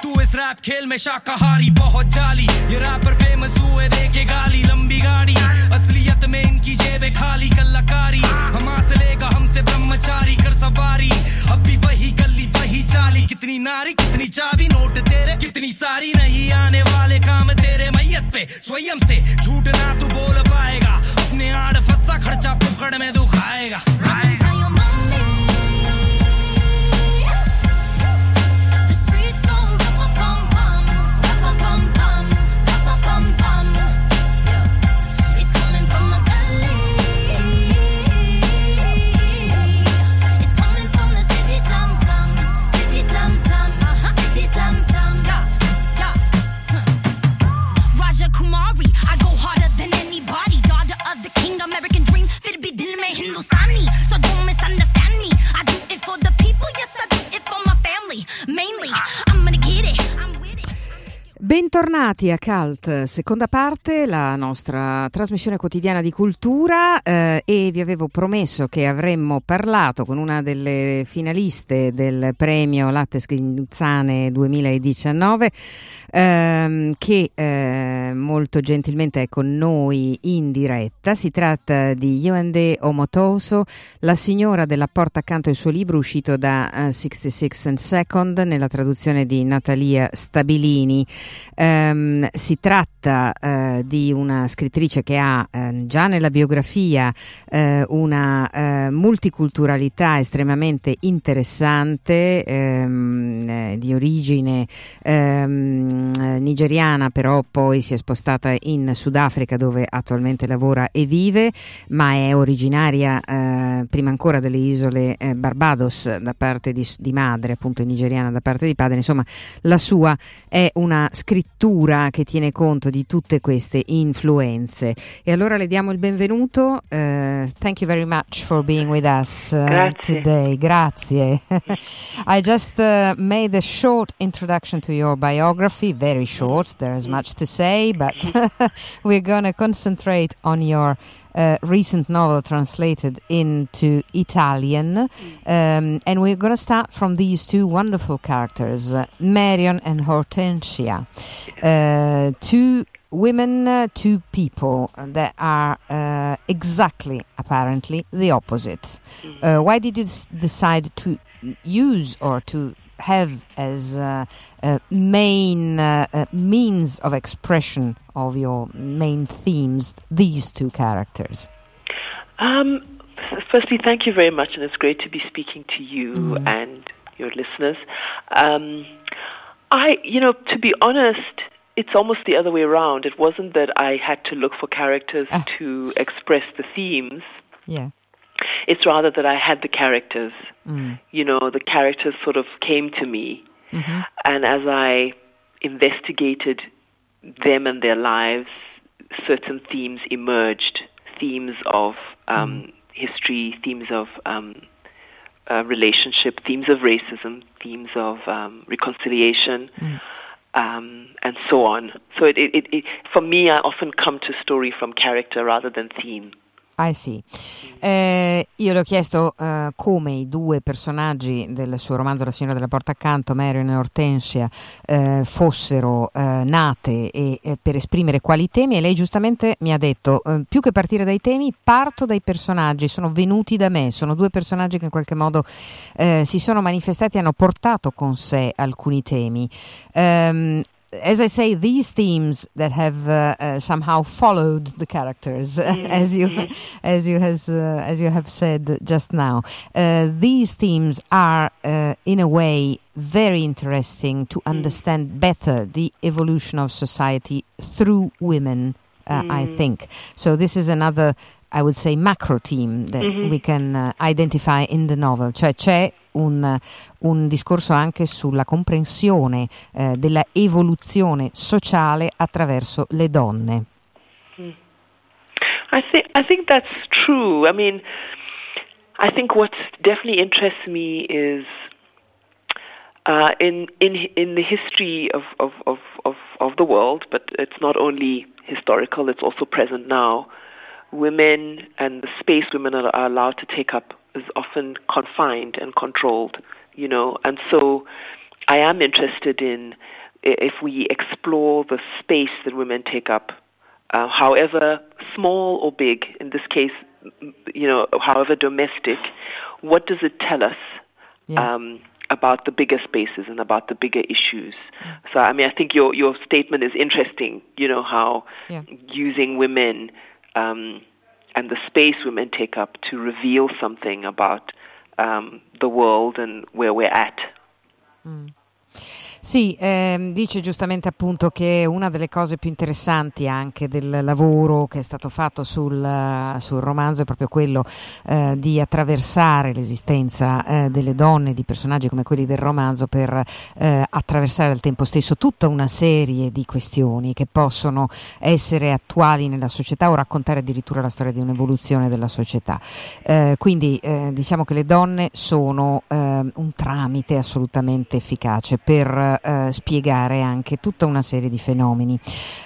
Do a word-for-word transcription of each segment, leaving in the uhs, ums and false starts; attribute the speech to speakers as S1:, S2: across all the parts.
S1: तू इस रैप खेल में शाकाहारी बहुत जाली ये रैपर फेमस हुए देके गाली लंबी गाड़ी असलियत में इनकी जेबें खाली कलाकारी हम से लेगा हमसे ब्रह्मचारी कर सवारी अब भी वही गली वही चाली कितनी नारी कितनी चाबी नोट तेरे कितनी सारी नहीं आने वाले काम तेरे मैयत पे स्वयं से झूठ ना तू बोल पाएगा अपने आड़ फंसा खर्चा फुकड़ में दुखाएगा
S2: Bentornati a Cult, seconda parte, la nostra trasmissione quotidiana di cultura eh, e vi avevo promesso che avremmo parlato con una delle finaliste del premio Latte Schinizzane duemiladiciannove ehm, che eh, molto gentilmente è con noi in diretta. Si tratta di Yewande Omotoso, la signora della porta accanto al suo libro uscito da uh, sessantasei and Second nella traduzione di Natalia Stabilini. Um, si tratta uh, di una scrittrice che ha uh, già nella biografia uh, una uh, multiculturalità estremamente interessante, um, eh, di origine um, nigeriana, però poi si è spostata in Sudafrica dove attualmente lavora e vive, ma è originaria uh, prima ancora delle isole uh, Barbados da parte di, di madre, appunto nigeriana da parte di padre. Insomma, la sua è una scrittura che tiene conto di tutte queste influenze. E allora le diamo il benvenuto. Uh, thank you very much for being with us uh, today. Grazie. I just uh, made a short introduction to your biography, very short. There is much to say, but we're going to concentrate on your Uh, recent novel translated into Italian, um, and we're going to start from these two wonderful characters, uh, Marion and Hortensia, uh, two women, uh, two people that are uh, exactly, apparently, the opposite. Uh, why did you s- decide to use or to have as uh, uh, main uh, uh, means of expression of your main themes these two characters?
S3: Um, firstly, thank you very much, and it's great to be speaking to you mm. and your listeners. Um, I, you know, to be honest, it's almost the other way around. It wasn't that I had to look for characters ah. to express the themes.
S2: Yeah.
S3: It's rather that I had the characters.
S2: Mm.
S3: You know, the characters sort of came to me.
S2: Mm-hmm.
S3: And as I investigated them and their lives, certain themes emerged. Themes of um, mm. history, themes of um, uh, relationship, themes of racism, themes of um, reconciliation,
S2: mm.
S3: um, and so on. So it, it, it, for me, I often come to story from character rather than theme.
S2: I see. Eh, io le ho chiesto uh, come i due personaggi del suo romanzo La signora della porta accanto, Marion e Hortensia, eh, fossero eh, nate e eh, per esprimere quali temi, e lei giustamente mi ha detto eh, più che partire dai temi parto dai personaggi, sono venuti da me, sono due personaggi che in qualche modo eh, si sono manifestati e hanno portato con sé alcuni temi. Um, As I say, these themes that have uh, uh, somehow followed the characters, mm-hmm. as you as you has uh, as you have said just now, uh, these themes are uh, in a way very interesting to understand mm. better the evolution of society through women. Uh, mm. I think so. This is another, I would say, macro theme that mm-hmm. we can uh, identify in the novel. Cioè c'è un, un discorso anche sulla comprensione eh, della evoluzione sociale attraverso le donne.
S3: Mm. I think I think that's true. I mean, I think what definitely interests me is uh, in in in the history of, of, of, of, of the world, but it's not only historical; it's also present now. Women and the space women are, are allowed to take up is often confined and controlled, you know, and so I am interested in if we explore the space that women take up, uh, however small or big, in this case, you know, however domestic, what does it tell us yeah. um, about the bigger spaces and about the bigger issues? Yeah. So, I mean, I think your, your statement is interesting, you know, how yeah. using women um, and the space women take up to reveal something about um, the world and where we're at.
S2: Mm. Sì, ehm, dice giustamente appunto che una delle cose più interessanti anche del lavoro che è stato fatto sul, sul romanzo è proprio quello eh, di attraversare l'esistenza eh, delle donne, di personaggi come quelli del romanzo, per eh, attraversare al tempo stesso tutta una serie di questioni che possono essere attuali nella società o raccontare addirittura la storia di un'evoluzione della società. Eh, quindi eh, diciamo che le donne sono eh, un tramite assolutamente efficace per Uh, spiegare anche tutta una serie di fenomeni.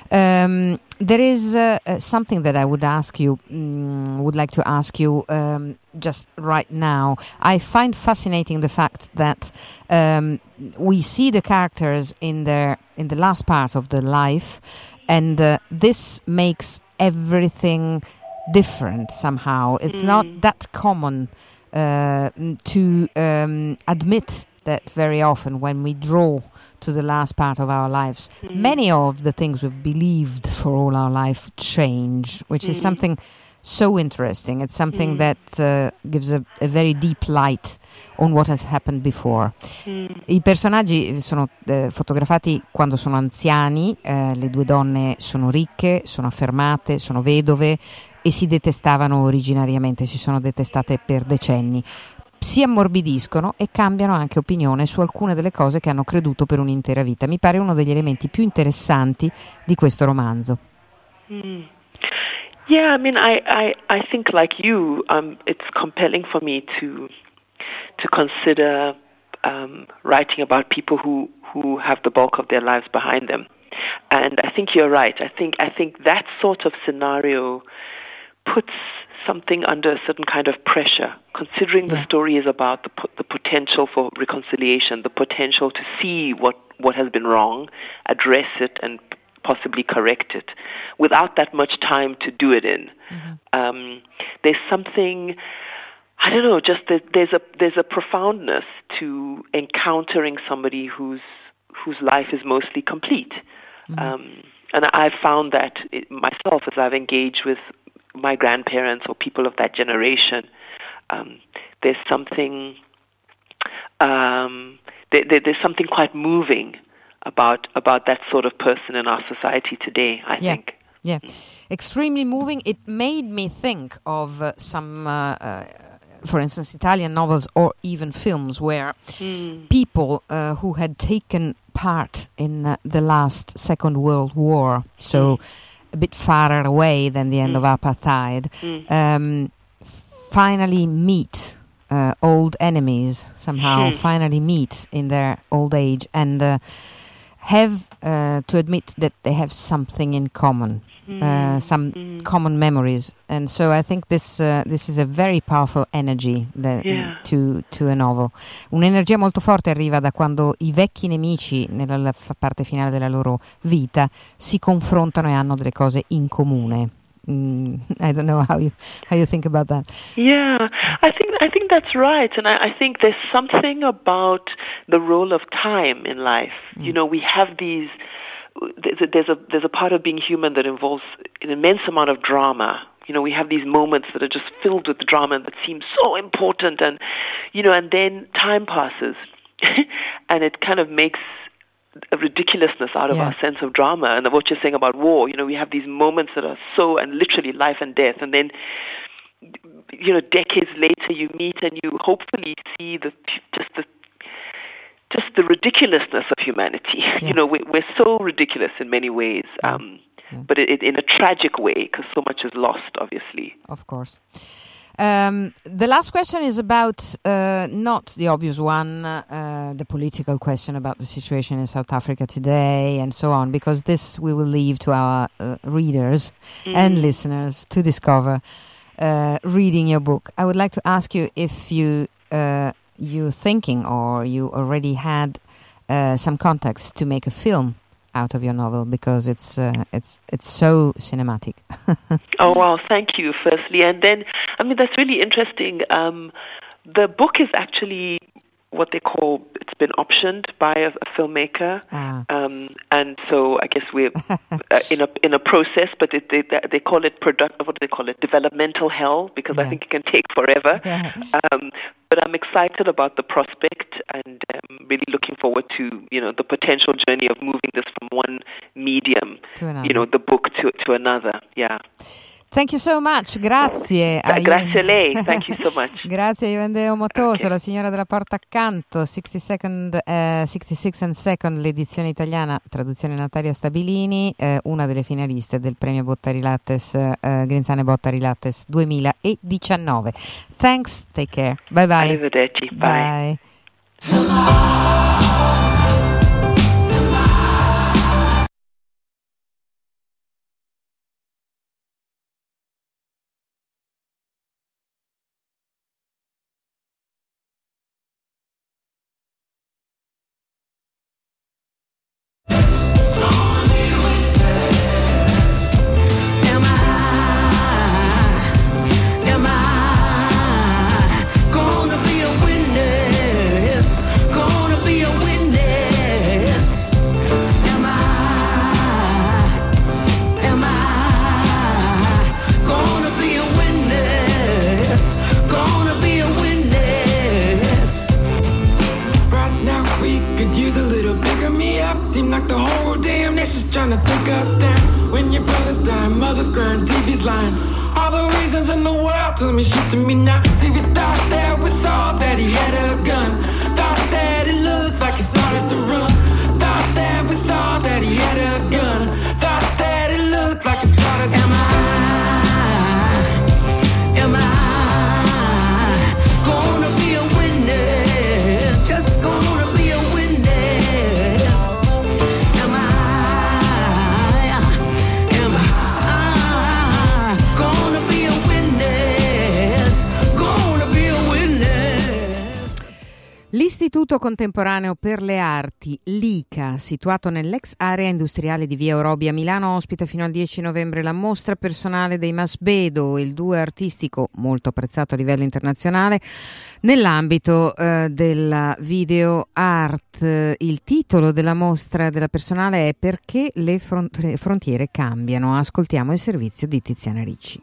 S2: Um, there is uh, uh, something that I would ask you, um, would like to ask you um, just right now. I find fascinating the fact that um, we see the characters in their in the last part of their life, and uh, this makes everything different somehow. It's mm. not that common uh, to um, admit that very often when we draw to the last part of our lives, mm. many of the things we've believed for all our life change, which mm. is something so interesting. It's something mm. that uh, gives a, a very deep light on what has happened before. Mm. I personaggi sono eh, fotografati quando sono anziani, eh, le due donne sono ricche, sono affermate, sono vedove e si detestavano originariamente, si sono detestate per decenni. Si ammorbidiscono e cambiano anche opinione su alcune delle cose che hanno creduto per un'intera vita. Mi pare uno degli elementi più interessanti di questo romanzo.
S3: Mm. Yeah, I mean, I, I, I think like you, um, it's compelling for me to to consider um, writing about people who, who have the bulk of their lives behind them. And I think you're right. I think I think that sort of scenario puts something under a certain kind of pressure, considering yeah. the story is about the the potential for reconciliation, the potential to see what, what has been wrong, address it, and possibly correct it, without that much time to do it in. Mm-hmm. Um, there's something, I don't know, just that there's a there's a profoundness to encountering somebody whose whose life is mostly complete. Mm-hmm. Um, and I've found that it, myself as I've engaged with my grandparents or people of that generation, um, there's something um, there, there, there's something quite moving about about that sort of person in our society today, I
S2: yeah.
S3: think.
S2: Yeah, extremely moving. It made me think of uh, some, uh, uh, for instance, Italian novels or even films where mm. people uh, who had taken part in uh, the last Second World War, so mm. a bit farther away than the end mm. of apartheid, mm. um, finally meet uh, old enemies, somehow mm. finally meet in their old age and uh, have uh, to admit that they have something in common, mm. uh, some mm. common memories. And so I think this uh, this is a very powerful energy that, yeah. to, to a novel. Un'energia molto forte arriva da quando i vecchi nemici, nella parte finale della loro vita, si confrontano e hanno delle cose in comune. Mm, I don't know how you how you think about that.
S3: Yeah, I think I think that's right, and I, I think there's something about the role of time in life. Mm. You know, we have these. There's a, there's a there's a part of being human that involves an immense amount of drama. You know, we have these moments that are just filled with drama and that seem so important, and you know, and then time passes, and it kind of makes a ridiculousness out of yeah. our sense of drama. And what you're saying about war, you know, we have these moments that are so, and literally life and death, and then, you know, decades later you meet and you hopefully see the just the just the ridiculousness of humanity. Yeah. You know, we, we're so ridiculous in many ways, um, yeah. but it, it, in a tragic way, because so much is lost, obviously.
S2: Of course. Um, the last question is about uh, not the obvious one, uh, the political question about the situation in South Africa today and so on, because this we will leave to our uh, readers mm. and listeners to discover uh, reading your book. I would like to ask you if you uh, you're thinking or you already had uh, some context to make a film out of your novel, because it's uh, it's it's so cinematic.
S3: Oh wow, thank you firstly. And then, I mean, that's really interesting. Um, the book is actually what they call, it's been optioned by a, a filmmaker, ah. um, and so I guess we're uh, in a in a process. But it, they they call it product. What do they call it? Developmental hell, because yeah. I think it can take forever. Yeah. Um, but I'm excited about the prospect, and um, really looking forward to you know the potential journey of moving this from one medium, to another. you know, the book to to another. Yeah.
S2: Thank you so much, grazie.
S3: A Grazie a lei, thank you so much.
S2: Grazie a Ivandeo Motoso, okay. La signora della porta accanto, sixty second, uh, sixty-six and second, l'edizione italiana, traduzione Natalia Stabilini, eh, una delle finaliste del premio Bottari Lattes, eh, Grinzane Bottari Lattes duemiladiciannove. Thanks, take care, bye bye.
S3: Arrivederci, bye.
S2: Bye. L'Istituto Contemporaneo per le Arti, l'I C A, situato nell'ex area industriale di Via Orobi a Milano, ospita fino al dieci novembre la mostra personale dei Masbedo, il duo artistico molto apprezzato a livello internazionale nell'ambito eh, della video art. Il titolo della mostra della personale è Perché le frontiere cambiano. Ascoltiamo il servizio di Tiziana Ricci.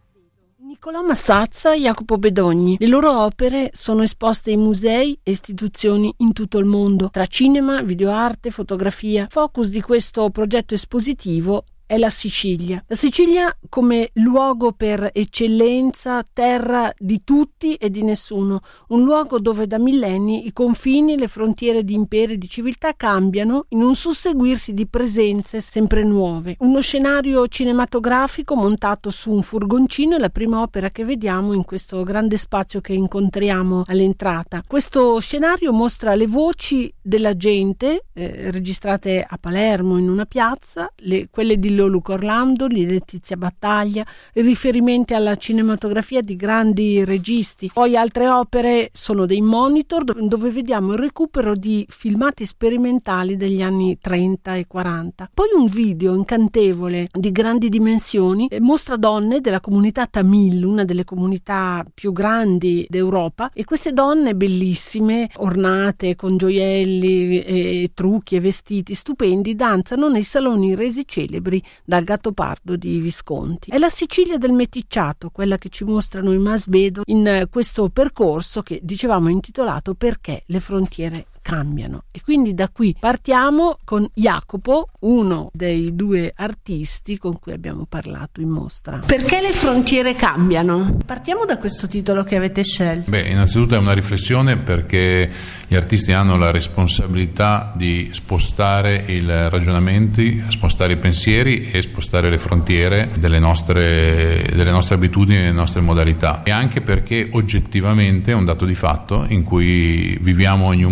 S4: Nicolò Massazza e Jacopo Bedogni. Le loro opere sono esposte in musei e istituzioni in tutto il mondo, tra cinema, videoarte, fotografia. Focus di questo progetto espositivo è la Sicilia. La Sicilia come luogo per eccellenza, terra di tutti e di nessuno, un luogo dove da millenni i confini, le frontiere di imperi e di civiltà cambiano in un susseguirsi di presenze sempre nuove. Uno scenario cinematografico montato su un furgoncino è la prima opera che vediamo in questo grande spazio che incontriamo all'entrata. Questo scenario mostra le voci della gente eh, registrate a Palermo in una piazza, le, quelle di Luca Orlando, di Letizia Battaglia, riferimenti alla cinematografia di grandi registi. Poi altre opere sono dei monitor dove vediamo il recupero di filmati sperimentali degli anni trenta e quaranta. Poi un video incantevole di grandi dimensioni eh, mostra donne della comunità Tamil, una delle comunità più grandi d'Europa, e queste donne bellissime, ornate con gioielli e trucchi e vestiti stupendi, danzano nei saloni resi celebri dal Gattopardo di Visconti. È la Sicilia del meticciato, quella che ci mostrano i Masbedo in questo percorso che dicevamo intitolato Perché le frontiere cambiano. E quindi da qui partiamo con Jacopo, uno dei due artisti con cui abbiamo parlato in mostra. Perché le frontiere cambiano? Partiamo da questo titolo che avete scelto.
S5: Beh, innanzitutto è una riflessione perché gli artisti hanno la responsabilità di spostare i ragionamenti, spostare i pensieri e spostare le frontiere delle nostre, delle nostre abitudini e delle nostre modalità, e anche perché oggettivamente è un dato di fatto in cui viviamo in un momento storico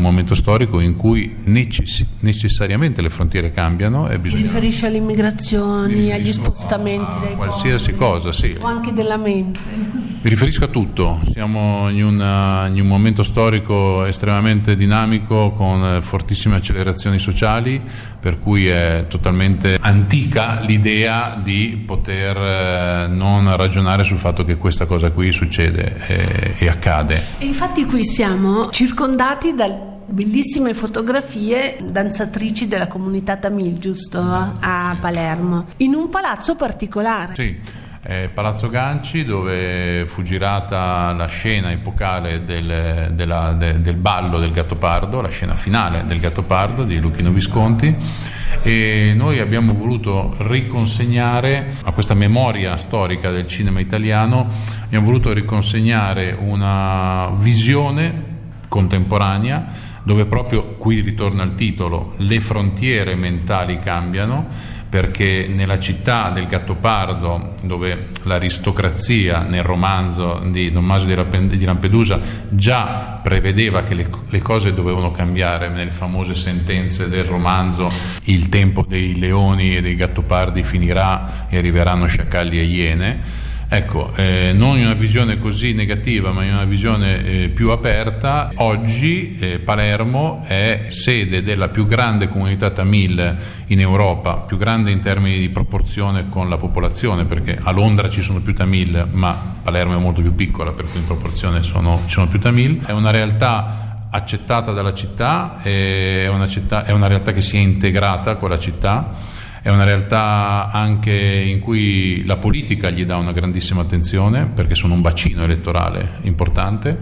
S5: storico in cui necess- necessariamente le frontiere cambiano e bisogna...
S4: Ti riferisci alle immigrazioni, agli spostamenti
S5: a
S4: dei
S5: qualsiasi
S4: popoli,
S5: cosa, sì.
S4: o anche della mente?
S5: Mi riferisco a tutto, siamo in, una, in un momento storico estremamente dinamico con fortissime accelerazioni sociali, per cui è totalmente antica l'idea di poter eh, non ragionare sul fatto che questa cosa qui succede e, e accade.
S4: E infatti qui siamo circondati da bellissime fotografie danzatrici della comunità Tamil, giusto? A Palermo, in un palazzo particolare.
S5: Sì. È Palazzo Ganci, dove fu girata la scena epocale del, della, de, del ballo del Gattopardo, la scena finale del Gattopardo di Luchino Visconti, e noi abbiamo voluto riconsegnare a questa memoria storica del cinema italiano, abbiamo voluto riconsegnare una visione contemporanea dove proprio, qui ritorna il titolo, le frontiere mentali cambiano, perché nella città del Gattopardo, dove l'aristocrazia nel romanzo di Tommaso di Lampedusa già prevedeva che le, le cose dovevano cambiare, nelle famose sentenze del romanzo, il tempo dei leoni e dei gattopardi finirà e arriveranno sciacalli e iene. Ecco, eh, non in una visione così negativa, ma in una visione eh, più aperta, oggi eh, Palermo è sede della più grande comunità tamil in Europa, più grande in termini di proporzione con la popolazione, perché a Londra ci sono più tamil, ma Palermo è molto più piccola, per cui in proporzione sono, ci sono più tamil. È una realtà accettata dalla città, è una, città, è una realtà che si è integrata con la città. È una realtà anche in cui la politica gli dà una grandissima attenzione, perché sono un bacino elettorale importante,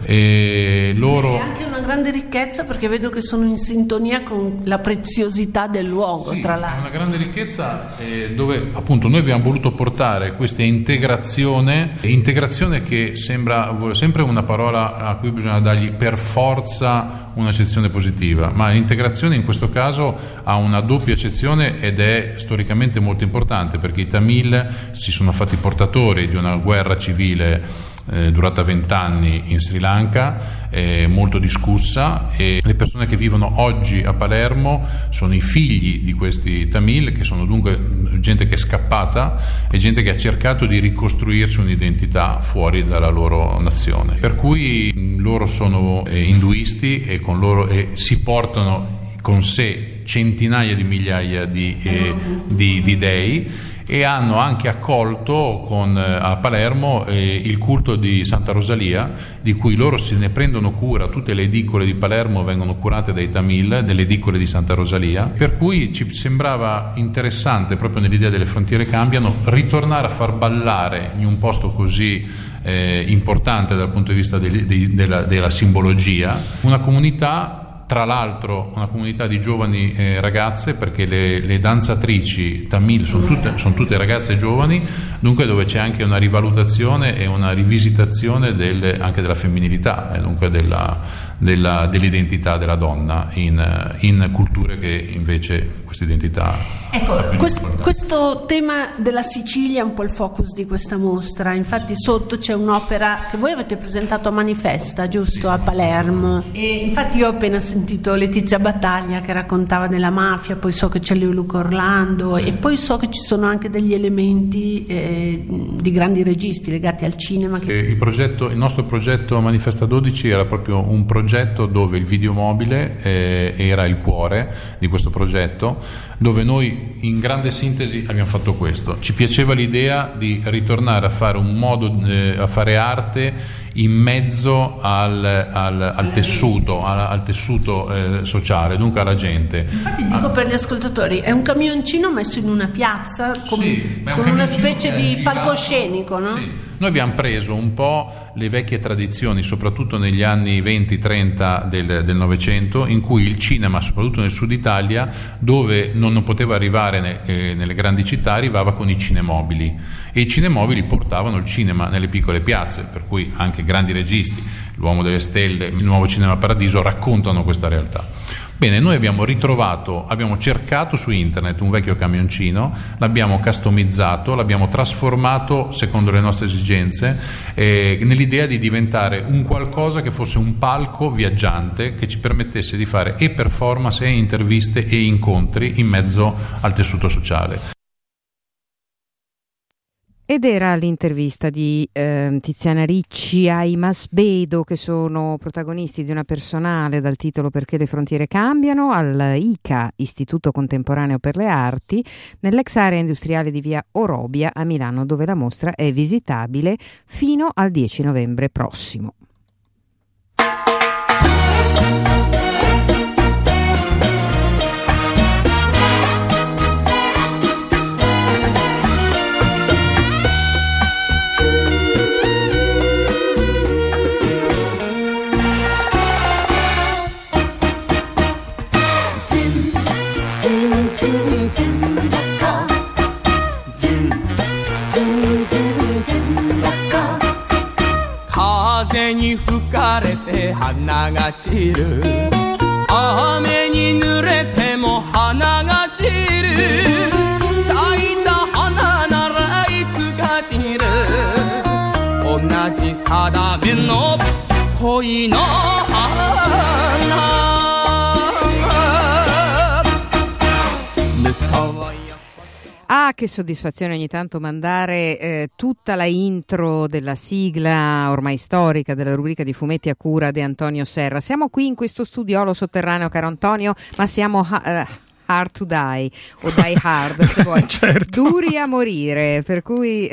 S5: e loro...
S4: È anche una grande ricchezza, perché vedo che sono in sintonia con la preziosità del luogo,
S5: sì,
S4: tra l'altro.
S5: È una grande ricchezza eh, dove appunto noi abbiamo voluto portare questa integrazione, integrazione che sembra sempre una parola a cui bisogna dargli per forza un'accezione positiva, ma l'integrazione in questo caso ha una doppia accezione ed è storicamente molto importante, perché i Tamil si sono fatti portatori di una guerra civile eh, durata vent'anni in Sri Lanka, eh, molto discussa, e le persone che vivono oggi a Palermo sono i figli di questi Tamil, che sono dunque gente che è scappata e gente che ha cercato di ricostruirsi un'identità fuori dalla loro nazione, per cui loro sono eh, induisti e con loro eh, si portano con sé centinaia di migliaia di, eh, di, di dei, e hanno anche accolto con, a Palermo eh, il culto di Santa Rosalia, di cui loro se ne prendono cura. Tutte le edicole di Palermo vengono curate dai Tamil, delle edicole di Santa Rosalia, per cui ci sembrava interessante, proprio nell'idea delle frontiere cambiano, ritornare a far ballare in un posto così eh, importante dal punto di vista de, de, della, della simbologia una comunità. Tra l'altro una comunità di giovani eh, ragazze, perché le, le danzatrici Tamil sono tutte, sono tutte ragazze giovani, dunque dove c'è anche una rivalutazione e una rivisitazione del, anche della femminilità e dunque della, della, dell'identità della donna in, in culture che invece questa identità...
S4: Ecco, quest, questo tema della Sicilia è un po' il focus di questa mostra, infatti sotto c'è un'opera che voi avete presentato a Manifesta, giusto, a Palermo, e infatti io ho appena sentito Letizia Battaglia che raccontava della mafia, poi so che c'è Leo Luca Orlando e poi so che ci sono anche degli elementi eh, di grandi registi legati al cinema. Che...
S5: Il, progetto, il nostro progetto Manifesta dodici era proprio un progetto dove il videomobile eh, era il cuore di questo progetto, dove noi in grande sintesi abbiamo fatto questo. Ci piaceva l'idea di ritornare a fare un modo eh, a fare arte in mezzo al, al, al tessuto al, al tessuto eh, sociale, dunque alla gente.
S4: Infatti dico ah. per gli ascoltatori, è un camioncino messo in una piazza con,
S5: sì,
S4: con una specie di palcoscenico, no?
S5: Sì. Noi abbiamo preso un po' le vecchie tradizioni, soprattutto negli anni venti trenta del, del Novecento, in cui il cinema, soprattutto nel sud Italia, dove non, non poteva arrivare ne, eh, nelle grandi città, arrivava con i cinemobili, e i cinemobili portavano il cinema nelle piccole piazze, per cui anche grandi registi, L'Uomo delle Stelle, Il Nuovo Cinema Paradiso, raccontano questa realtà. Bene, noi abbiamo ritrovato, abbiamo cercato su internet un vecchio camioncino, l'abbiamo customizzato, l'abbiamo trasformato secondo le nostre esigenze, eh, nell'idea di diventare un qualcosa che fosse un palco viaggiante che ci permettesse di fare e performance e interviste e incontri in mezzo al tessuto sociale.
S2: Ed era l'intervista di eh, Tiziana Ricci ai Masbedo, che sono protagonisti di una personale dal titolo Perché le frontiere cambiano, al I C A, Istituto Contemporaneo per le Arti, nell'ex area industriale di via Orobia a Milano, dove la mostra è visitabile fino al dieci novembre prossimo.
S6: Te 花が散る雨に濡れても花が散る咲いた花ならいつか散る同じ定めの恋の花
S2: Ah, che soddisfazione ogni tanto mandare eh, tutta la intro della sigla ormai storica della rubrica di fumetti a cura di Antonio Serra. Siamo qui in questo studiolo sotterraneo, caro Antonio, ma siamo... Uh, Hard to Die o Die Hard, se vuoi.
S7: Certo.
S2: Duri a morire, per cui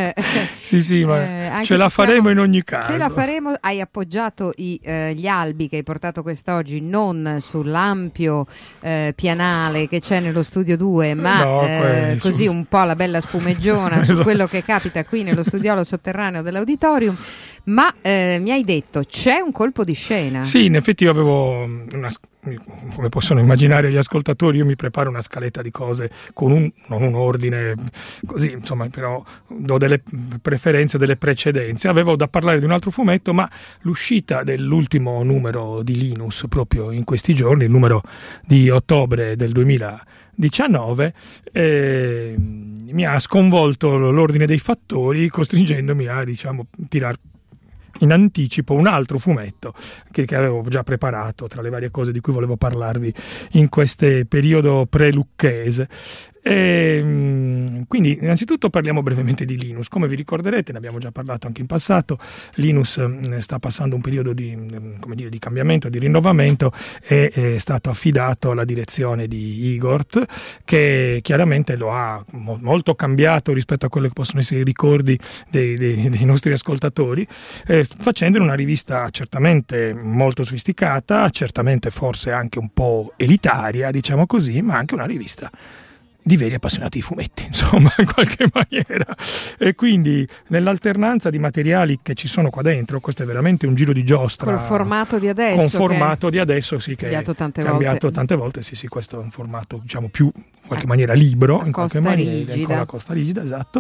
S7: sì sì, ma eh, ce la faremo siamo, in ogni caso.
S2: Ce la faremo. Hai appoggiato i, eh, gli albi che hai portato quest'oggi non sull'ampio eh, pianale che c'è nello studio due, ma
S7: no,
S2: eh, così su... un po' la bella spumeggiona esatto. Su quello che capita qui nello studiolo sotterraneo dell'auditorium. Ma eh, mi hai detto c'è un colpo di scena.
S7: Sì, in effetti io avevo una, come possono immaginare gli ascoltatori, io mi preparo una scaletta di cose con un, non un ordine così, insomma, però do delle preferenze, delle precedenze. Avevo da parlare di un altro fumetto, ma l'uscita dell'ultimo numero di Linus proprio in questi giorni, il numero di ottobre del duemiladiciannove, eh, mi ha sconvolto l'ordine dei fattori, costringendomi a, diciamo, tirar in anticipo un altro fumetto che, che avevo già preparato tra le varie cose di cui volevo parlarvi in questo periodo pre-lucchese. E, quindi innanzitutto parliamo brevemente di Linus. Come vi ricorderete, ne abbiamo già parlato anche in passato, Linus sta passando un periodo di, come dire, di cambiamento, di rinnovamento, e è stato affidato alla direzione di Igor, che chiaramente lo ha molto cambiato rispetto a quello che possono essere i ricordi dei, dei, dei nostri ascoltatori, eh, facendone una rivista certamente molto sofisticata, certamente forse anche un po' elitaria, diciamo così, ma anche una rivista di veri appassionati di fumetti, insomma, in qualche maniera. E quindi nell'alternanza di materiali che ci sono qua dentro, questo è veramente un giro di giostra.
S2: Col formato di adesso.
S7: Con formato di adesso, sì, che è
S2: cambiato tante
S7: cambiato
S2: volte.
S7: tante volte, sì, sì, questo è un formato, diciamo, più in qualche maniera libero, in qualche maniera,
S2: rigida.
S7: con la costa rigida, esatto.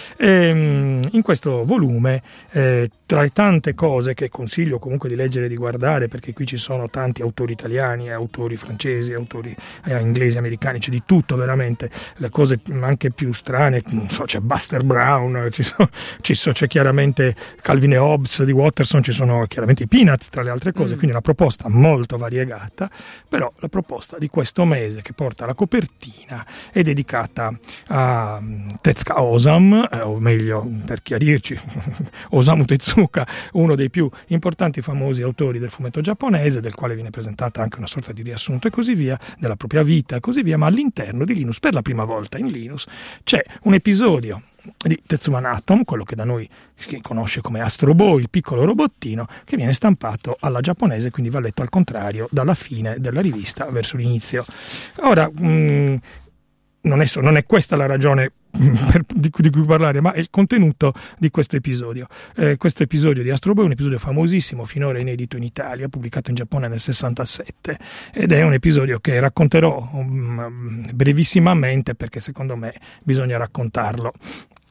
S7: E, in questo volume, eh, tra le tante cose che consiglio comunque di leggere e di guardare, perché qui ci sono tanti autori italiani, autori francesi, autori eh, inglesi, americani, c'è di tutto veramente. Le cose anche più strane, non so, c'è Buster Brown, ci sono, ci sono, c'è chiaramente Calvin e Hobbes di Watterson, ci sono chiaramente i Peanuts tra le altre cose, mm. quindi una proposta molto variegata. Però la proposta di questo mese, che porta la copertina, è dedicata a Tezuka Osamu, eh, o meglio, per chiarirci, Osamu Tezuka, uno dei più importanti e famosi autori del fumetto giapponese, del quale viene presentata anche una sorta di riassunto e così via, della propria vita e così via, ma all'interno di Linus, per la prima volta in Linus, c'è un episodio di Tetsuman Atom, quello che da noi si conosce come Astro Boy, il piccolo robottino, che viene stampato alla giapponese, quindi va letto al contrario, dalla fine della rivista verso l'inizio. Ora, mh, non è, non è questa la ragione per, di, di cui parlare, ma è il contenuto di questo episodio. Eh, questo episodio di Astro Boy è un episodio famosissimo, finora inedito in Italia, pubblicato in Giappone nel sessantasette, ed è un episodio che racconterò um, brevissimamente, perché secondo me bisogna raccontarlo.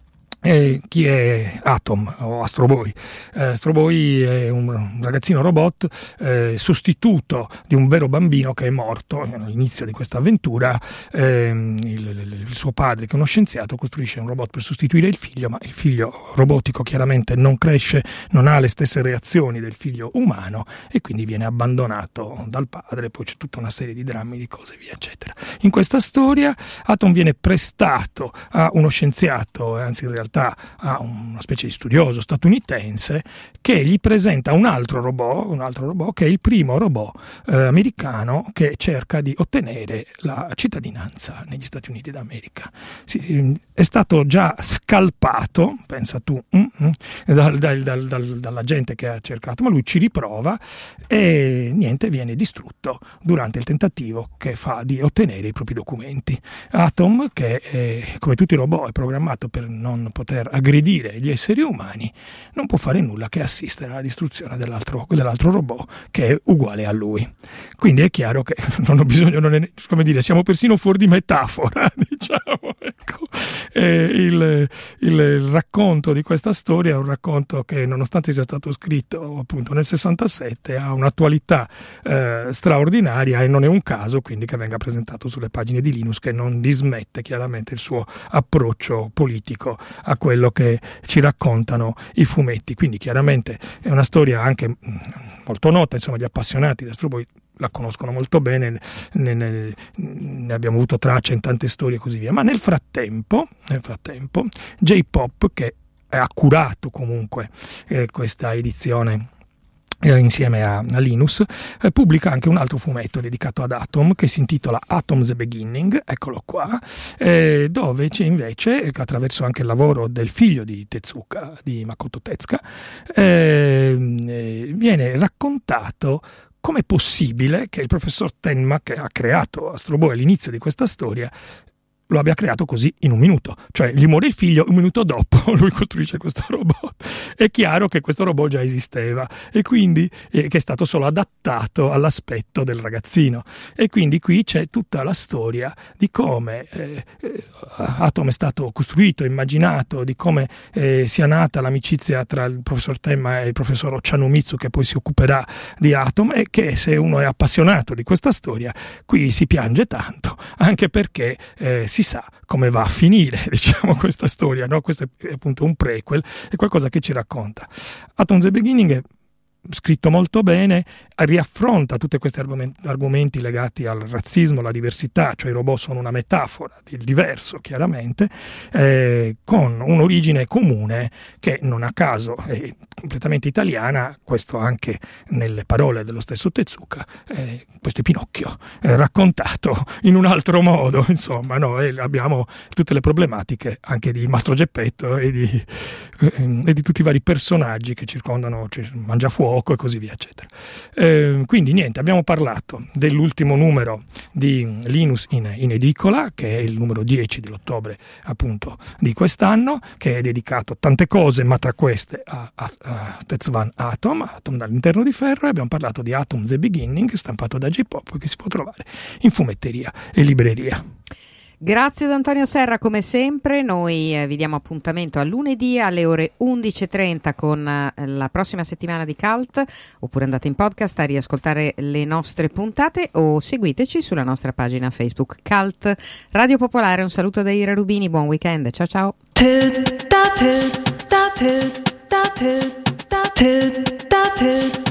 S7: Eh, chi è Atom o Astro Boy? Eh, Astro Boy è un ragazzino robot eh, sostituto di un vero bambino che è morto all'inizio di questa avventura. Eh, il, il suo padre, che è uno scienziato, costruisce un robot per sostituire il figlio, ma il figlio robotico chiaramente non cresce, non ha le stesse reazioni del figlio umano e quindi viene abbandonato dal padre. Poi c'è tutta una serie di drammi, di cose, via eccetera. In questa storia Atom viene prestato a uno scienziato, anzi in realtà a una specie di studioso statunitense, che gli presenta un altro robot, un altro robot che è il primo robot eh, americano che cerca di ottenere la cittadinanza negli Stati Uniti d'America. Si, è stato già scalpato, pensa tu, mm, mm, dal, dal, dal, dal, dalla gente che ha cercato, ma lui ci riprova e niente, viene distrutto durante il tentativo che fa di ottenere i propri documenti. Atom, che è, come tutti i robot, è programmato per non poter aggredire gli esseri umani, non può fare nulla che assistere alla distruzione dell'altro, dell'altro robot che è uguale a lui. Quindi è chiaro che non ho bisogno, non è, come dire, siamo persino fuori di metafora, diciamo, ecco. Eh, il, il racconto di questa storia è un racconto che, nonostante sia stato scritto appunto nel sessantasette, ha un'attualità eh, straordinaria e non è un caso quindi che venga presentato sulle pagine di Linus, che non dismette chiaramente il suo approccio politico a quello che ci raccontano i fumetti. Quindi chiaramente è una storia anche molto nota, insomma gli appassionati di Astro Boy la conoscono molto bene, ne, ne, ne abbiamo avuto traccia in tante storie e così via. Ma nel frattempo, nel frattempo J-Pop, che ha curato comunque eh, questa edizione eh, insieme a, a Linus, eh, pubblica anche un altro fumetto dedicato ad Atom che si intitola Atom the Beginning, eccolo qua, eh, dove c'è invece, attraverso anche il lavoro del figlio di Tezuka, di Makoto Tezuka, eh, eh, viene raccontato com'è possibile che il professor Tenma, che ha creato Astro Boy all'inizio di questa storia, lo abbia creato così in un minuto. Cioè gli muore il figlio, un minuto dopo lui costruisce questo robot. È chiaro che questo robot già esisteva e quindi eh, che è stato solo adattato all'aspetto del ragazzino. E quindi qui c'è tutta la storia di come eh, eh, Atom è stato costruito, immaginato, di come eh, sia nata l'amicizia tra il professor Tenma e il professor Ochanomizu, che poi si occuperà di Atom, e che, se uno è appassionato di questa storia, qui si piange tanto, anche perché eh, si sa come va a finire, diciamo, questa storia, no? Questo è appunto un prequel, è qualcosa che ci racconta. Atom the Beginning è scritto molto bene, riaffronta tutti questi argomenti, argomenti legati al razzismo, alla diversità, cioè i robot sono una metafora del diverso, chiaramente, eh, con un'origine comune che non a caso è completamente italiana, questo anche nelle parole dello stesso Tezuka. Eh, questo è Pinocchio, eh, raccontato in un altro modo, insomma, no? E abbiamo tutte le problematiche anche di Mastro Geppetto e di, eh, e di tutti i vari personaggi che circondano, cioè, Mangiafuoco e così via, eccetera. Eh, quindi niente, abbiamo parlato dell'ultimo numero di Linus in, in edicola, che è il numero dieci dell'ottobre appunto di quest'anno, che è dedicato a tante cose, ma tra queste a, a, a Tetsuwan Atom, Atom dall'interno di ferro, e abbiamo parlato di Atom the Beginning, stampato da J-Pop, che si può trovare in fumetteria e libreria.
S2: Grazie ad Antonio Serra come sempre, noi eh, vi diamo appuntamento a lunedì alle ore undici e trenta con eh, la prossima settimana di Cult, oppure andate in podcast a riascoltare le nostre puntate o seguiteci sulla nostra pagina Facebook Cult Radio Popolare. Un saluto da Ira Rubini, buon weekend, ciao ciao.